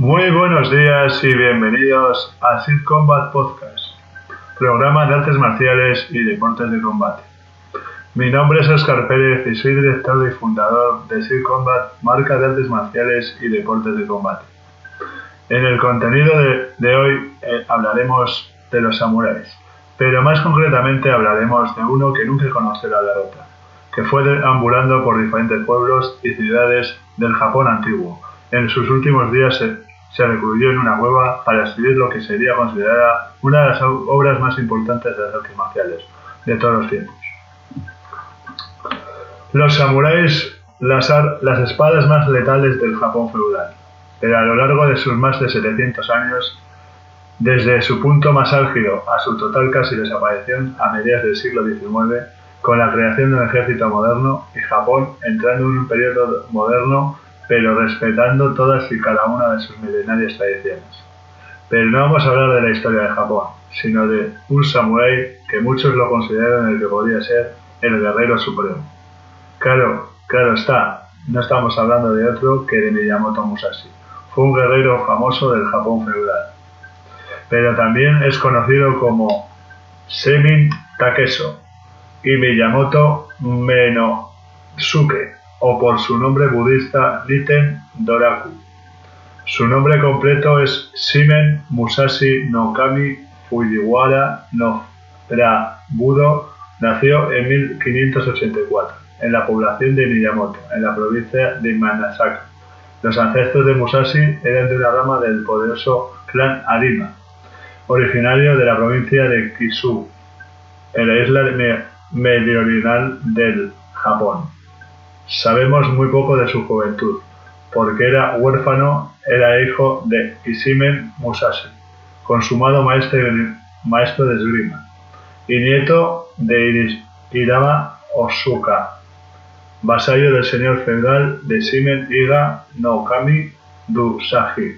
Muy buenos días y bienvenidos a Sith Combat Podcast, programa de artes marciales y deportes de combate. Mi nombre es Óscar Pérez y soy director y fundador de Sith Combat, marca de artes marciales y deportes de combate. En el contenido de hoy hablaremos de los samuráis, pero más concretamente hablaremos de uno que nunca conoció la derrota, que fue deambulando por diferentes pueblos y ciudades del Japón antiguo. En sus últimos días se recluyó en una cueva para escribir lo que sería considerada una de las obras más importantes de las artes marciales de todos los tiempos. Los samuráis, las espadas más letales del Japón feudal, pero a lo largo de sus más de 700 años, desde su punto más álgido a su total casi desaparición a mediados del siglo XIX, con la creación de un ejército moderno y Japón entrando en un periodo moderno pero respetando todas y cada una de sus milenarias tradiciones. Pero no vamos a hablar de la historia de Japón, sino de un samurái que muchos lo consideran el que podría ser el guerrero supremo. Claro está, no estamos hablando de otro que de Miyamoto Musashi. Fue un guerrero famoso del Japón feudal, pero también es conocido como Semin Takeso y Miyamoto Menosuke, o por su nombre budista Riten Doraku. Su nombre completo es Shimen Musashi no Kami Fujiwara no Rabudo. Nació en 1584 en la población de Miyamoto, en la provincia de Manasaka. Los ancestros de Musashi eran de una rama del poderoso clan Arima, originario de la provincia de Kyushu, en la isla meridional del Japón. Sabemos muy poco de su juventud, porque era huérfano, era hijo de Ishimen Musashi, consumado maestro de esgrima, y nieto de Hirama Osuka, vasallo del señor feudal de Shimen Iga no Kami Dusagi.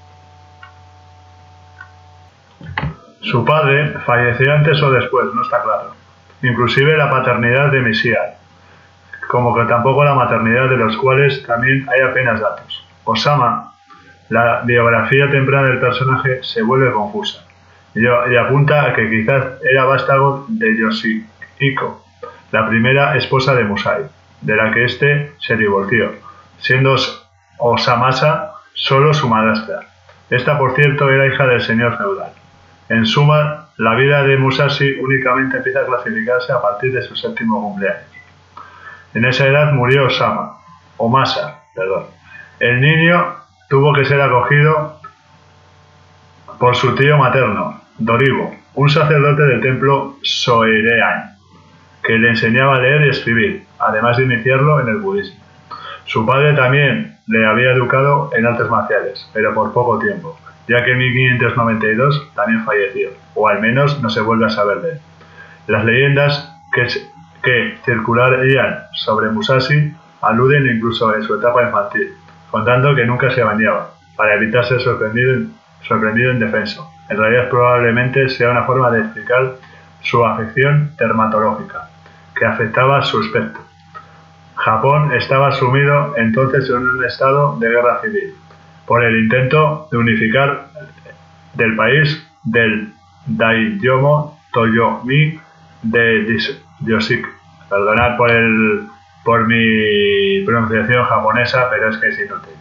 Su padre falleció antes o después, no está claro, inclusive la paternidad de Mishia, como que tampoco la maternidad, de los cuales también hay apenas datos. Osama, la biografía temprana del personaje se vuelve confusa y apunta a que quizás era vástago de Yoshihiko, la primera esposa de Musashi, de la que éste se divorció, siendo Osamasa solo su madrastra. Esta, por cierto, era hija del señor feudal. En suma, la vida de Musashi únicamente empieza a clasificarse a partir de su 7º cumpleaños. En esa edad murió Omasa. El niño tuvo que ser acogido por su tío materno, Dorigo, un sacerdote del templo Soerean, que le enseñaba a leer y escribir, además de iniciarlo en el budismo. Su padre también le había educado en artes marciales, pero por poco tiempo, ya que en 1592 también falleció, o al menos no se vuelve a saber de él. Las leyendas que circularían sobre Musashi aluden incluso en su etapa infantil, contando que nunca se bañaba, para evitar ser sorprendido indefenso. En realidad probablemente sea una forma de explicar su afección dermatológica, que afectaba su aspecto. Japón estaba sumido entonces en un estado de guerra civil, por el intento de unificar del país del Daijōmo Toyomi de Yoshiki. Perdonad por mi pronunciación japonesa, pero es que es inútil.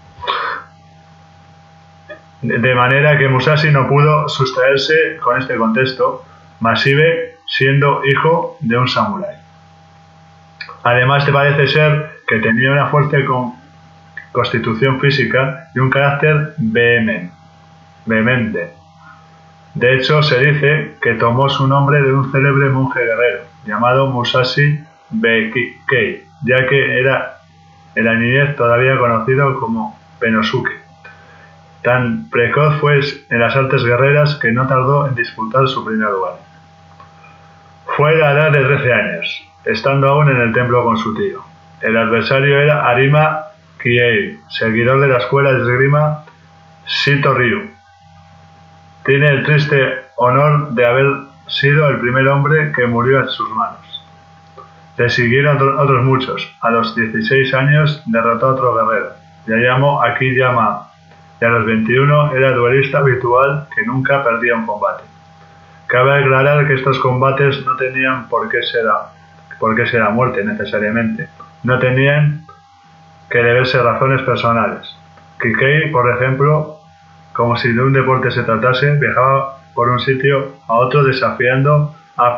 De manera que Musashi no pudo sustraerse con este contexto, masive siendo hijo de un samurái. Además, te parece ser que tenía una fuerte constitución física y un carácter vehemente. De hecho, se dice que tomó su nombre de un célebre monje guerrero llamado Musashi Beikei, ya que era en la niñez todavía conocido como Menosuke. Tan precoz fue en las artes guerreras que no tardó en disputar su primer lugar. Fue a la edad de 13 años, estando aún en el templo con su tío. El adversario era Arima Kiei, seguidor de la escuela de esgrima Shito Ryu. Tiene el triste honor de haber sido el primer hombre que murió en sus manos. Le siguieron otros muchos. A los 16 años derrotó a otro guerrero, Yayamo Akiyama, y a los 21 era duelista habitual que nunca perdía un combate. Cabe aclarar que estos combates no tenían por qué ser la muerte necesariamente, no tenían que deberse razones personales. Kikei, por ejemplo, como si de un deporte se tratase, viajaba por un sitio a otro desafiando a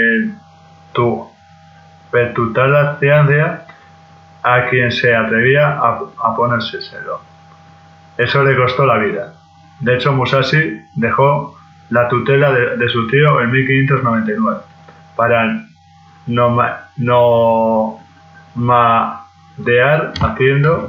pertutalacia a quien se atrevía a ponérselo. Eso le costó la vida. De hecho, Musashi dejó la tutela de su tío en 1599 para nomadear haciendo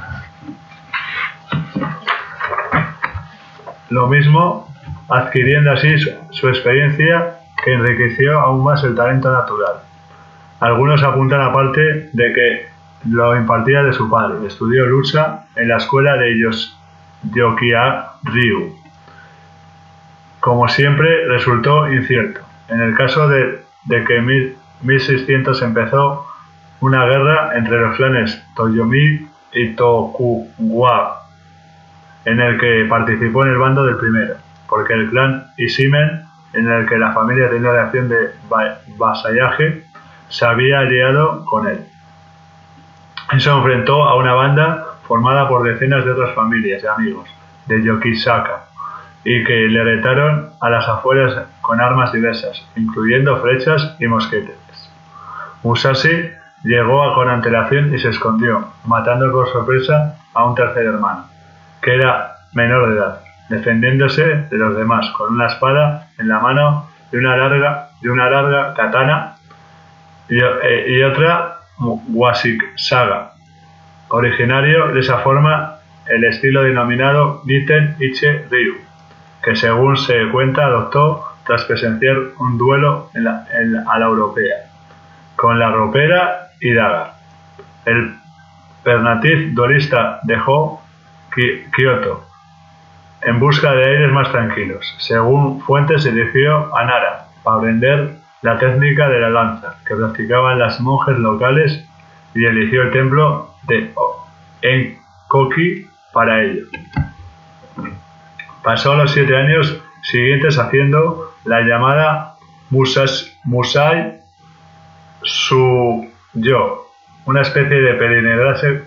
lo mismo, adquiriendo así su experiencia que enriqueció aún más el talento natural. Algunos apuntan aparte de que lo impartía de su padre. Estudió lucha en la escuela de Yokia-ryu. Como siempre, resultó incierto. En el caso de que en 1600 empezó una guerra entre los clanes Toyomi y Tokugawa, en el que participó en el bando del primero, porque el clan Ishimen, en el que la familia tenía la acción de vasallaje, se había aliado con él. Se enfrentó a una banda formada por decenas de otras familias y amigos de Yokisaka, y que le retaron a las afueras con armas diversas, incluyendo flechas y mosquetes. Musashi llegó con antelación y se escondió, matando por sorpresa a un tercer hermano, que era menor de edad, defendiéndose de los demás con una espada en la mano y una larga katana y otra Wasik-saga, originario de esa forma el estilo denominado Niten Iche Ryu, que según se cuenta adoptó tras presenciar un duelo a la europea, con la ropera y daga. El pernatif duelista dejó Kioto en busca de aires más tranquilos. Según fuentes, se dirigió a Nara para aprender la técnica de la lanza que practicaban las monjes locales y eligió el templo de Enkoki para ello. Pasó los 7 años siguientes haciendo la llamada Musai Suyo, una especie de peregrinaje.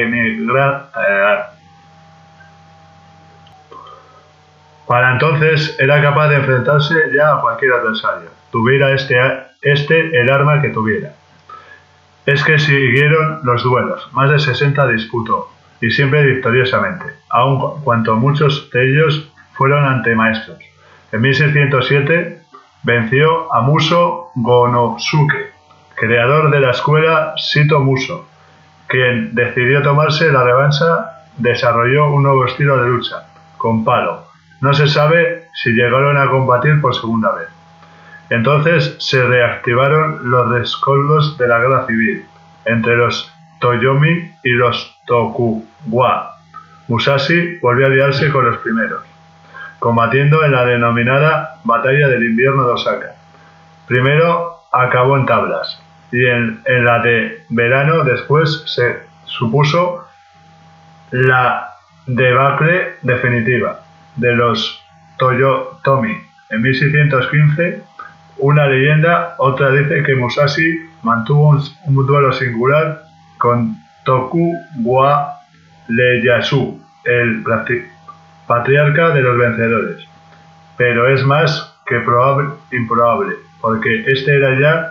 Para entonces era capaz de enfrentarse ya a cualquier adversario, tuviera este el arma que tuviera. Es que siguieron los duelos, más de 60 disputó, y siempre victoriosamente, aun cuanto muchos de ellos fueron ante maestros. En 1607 venció a Muso Gonosuke, creador de la escuela Shito Muso, quien decidió tomarse la revancha. Desarrolló un nuevo estilo de lucha, con palo. No se sabe si llegaron a combatir por segunda vez. Entonces se reactivaron los rescoldos de la guerra civil entre los Toyomi y los Tokugawa. Musashi volvió a aliarse con los primeros, combatiendo en la denominada Batalla del Invierno de Osaka. Primero acabó en tablas, y en la de verano después se supuso la debacle definitiva de los Toyotomi. En 1615, una leyenda, otra dice que Musashi mantuvo un duelo singular con Tokugawa Ieyasu, el patriarca de los vencedores, pero es más que improbable, porque este era ya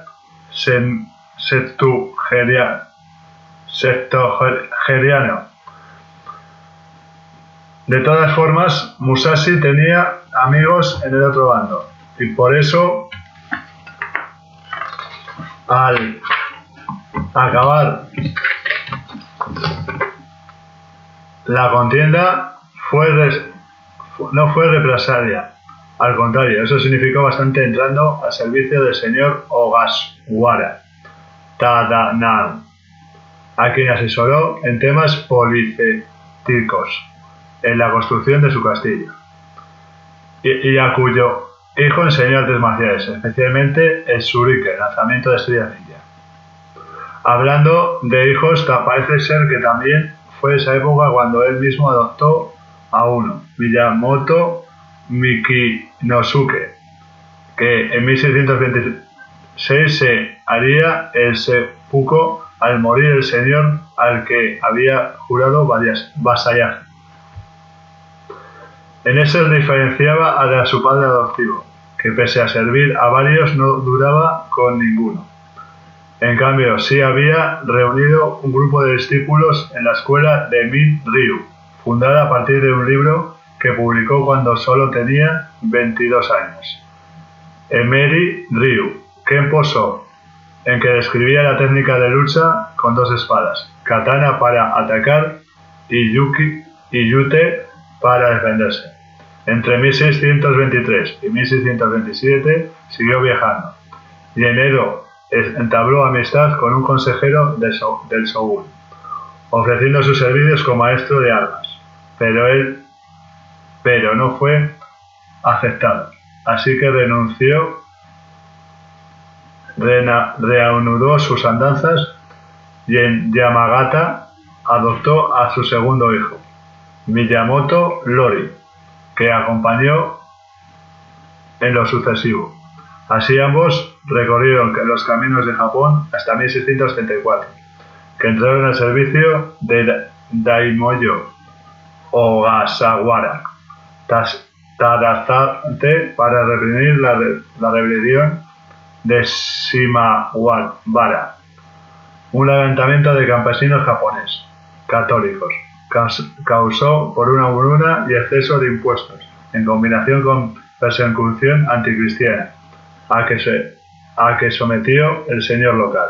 septuagesiano. De todas formas, Musashi tenía amigos en el otro bando, y por eso, al acabar la contienda, no fue represalia. Al contrario, eso significó bastante entrando al servicio del señor Ogasawara Tadanobu, a quien asesoró en temas políticos en la construcción de su castillo, y a cuyo hijo enseñó artes marciales, especialmente el shuriken, lanzamiento de estrellas ninja. Hablando de hijos, parece ser que también fue esa época cuando él mismo adoptó a uno, Miyamoto Mikinosuke, que en 1626 se haría el seppuku al morir el señor al que había jurado vasallaje. En eso diferenciaba a su padre adoptivo, que pese a servir a varios no duraba con ninguno. En cambio, sí había reunido un grupo de discípulos en la escuela de Min Ryu, fundada a partir de un libro que publicó cuando solo tenía 22 años. Emery Ryu, Kenpo So, en que describía la técnica de lucha con dos espadas, katana para atacar y yute para defenderse. Entre 1623 y 1627 siguió viajando, y en Edo entabló amistad con un consejero del shogun, ofreciendo sus servicios como maestro de armas, pero no fue aceptado, así que reanudó sus andanzas y en Yamagata adoptó a su segundo hijo, Miyamoto Lori, que acompañó en lo sucesivo. Así ambos recorrieron los caminos de Japón hasta 1634, que entraron al servicio de Daimoyo Ogasawara Tadazate para reprimir la rebelión de Shimawabara, un levantamiento de campesinos japoneses católicos, causó por una hambruna y exceso de impuestos, en combinación con persecución anticristiana, a que sometió el señor local.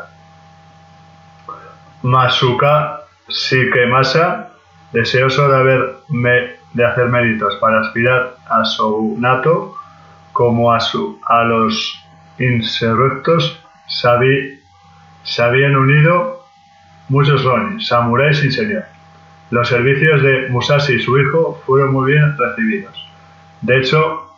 Masuka Shikemasa, deseoso de hacer méritos para aspirar a shogunato, como a los insurrectos, se habían unido muchos ronin, samuráis sin señor. Los servicios de Musashi y su hijo fueron muy bien recibidos. De hecho,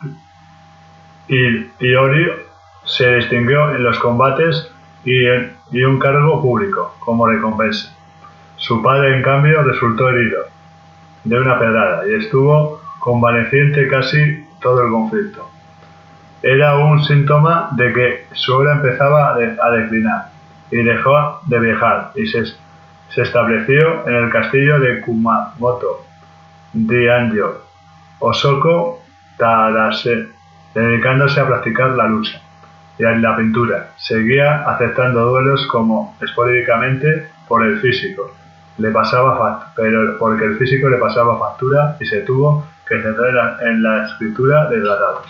Iori se distinguió en los combates y un cargo público como recompensa. Su padre, en cambio, resultó herido de una pedrada y estuvo convaleciente casi todo el conflicto. Era un síntoma de que su obra empezaba a declinar y dejó de viajar y se estableció en el castillo de Kumamoto, Dianjo, Osoko Tadase, dedicándose a practicar la lucha y a la pintura. Seguía aceptando duelos como esporádicamente porque el físico le pasaba factura y se tuvo que centrar en la escritura de tratados.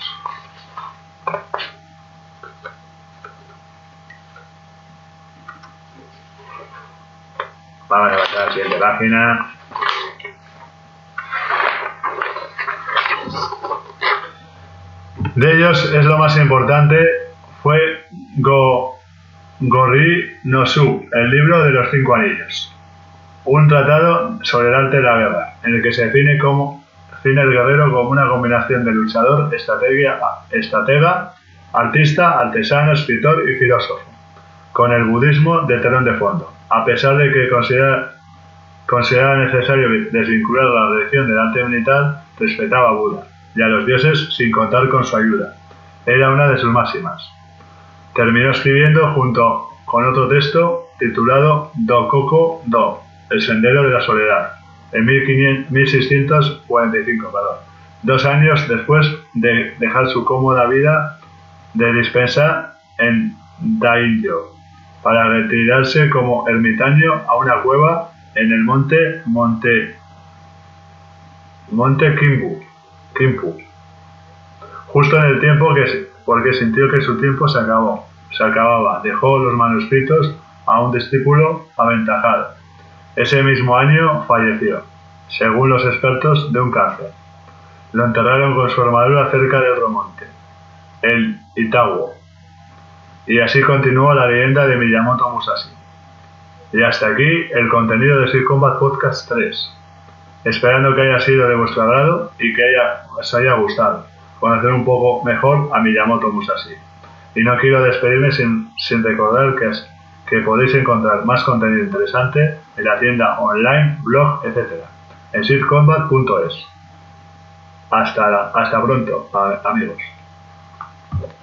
Vamos a pasar a la siguiente página. De ellos es lo más importante fue Gori no Su, el libro de los 5 anillos, un tratado sobre el arte de la guerra, en el que se define el guerrero como una combinación de luchador, estratega, artista, artesano, escritor y filósofo, con el budismo de telón de fondo. A pesar de que consideraba necesario desvincular la religión del arte militar, respetaba a Buda y a los dioses sin contar con su ayuda. Era una de sus máximas. Terminó escribiendo junto con otro texto titulado Dokoko Do, el sendero de la soledad, en 1645, 2 años después de dejar su cómoda vida de dispensa en Dainjo, para retirarse como ermitaño a una cueva en el monte Kimpu, justo en el tiempo porque sintió que su tiempo se acababa. Dejó los manuscritos a un discípulo aventajado. Ese mismo año falleció, según los expertos, de un cáncer. Lo enterraron con su armadura cerca de otro monte, el Itawo. Y así continuó la leyenda de Miyamoto Musashi. Y hasta aquí el contenido de Sir Combat Podcast 3. Esperando que haya sido de vuestro agrado y que os haya gustado conocer un poco mejor a Miyamoto Musashi. Y no quiero despedirme sin recordar que podéis encontrar más contenido interesante en la tienda online, blog, etc. en sircombat.es. Hasta pronto, amigos.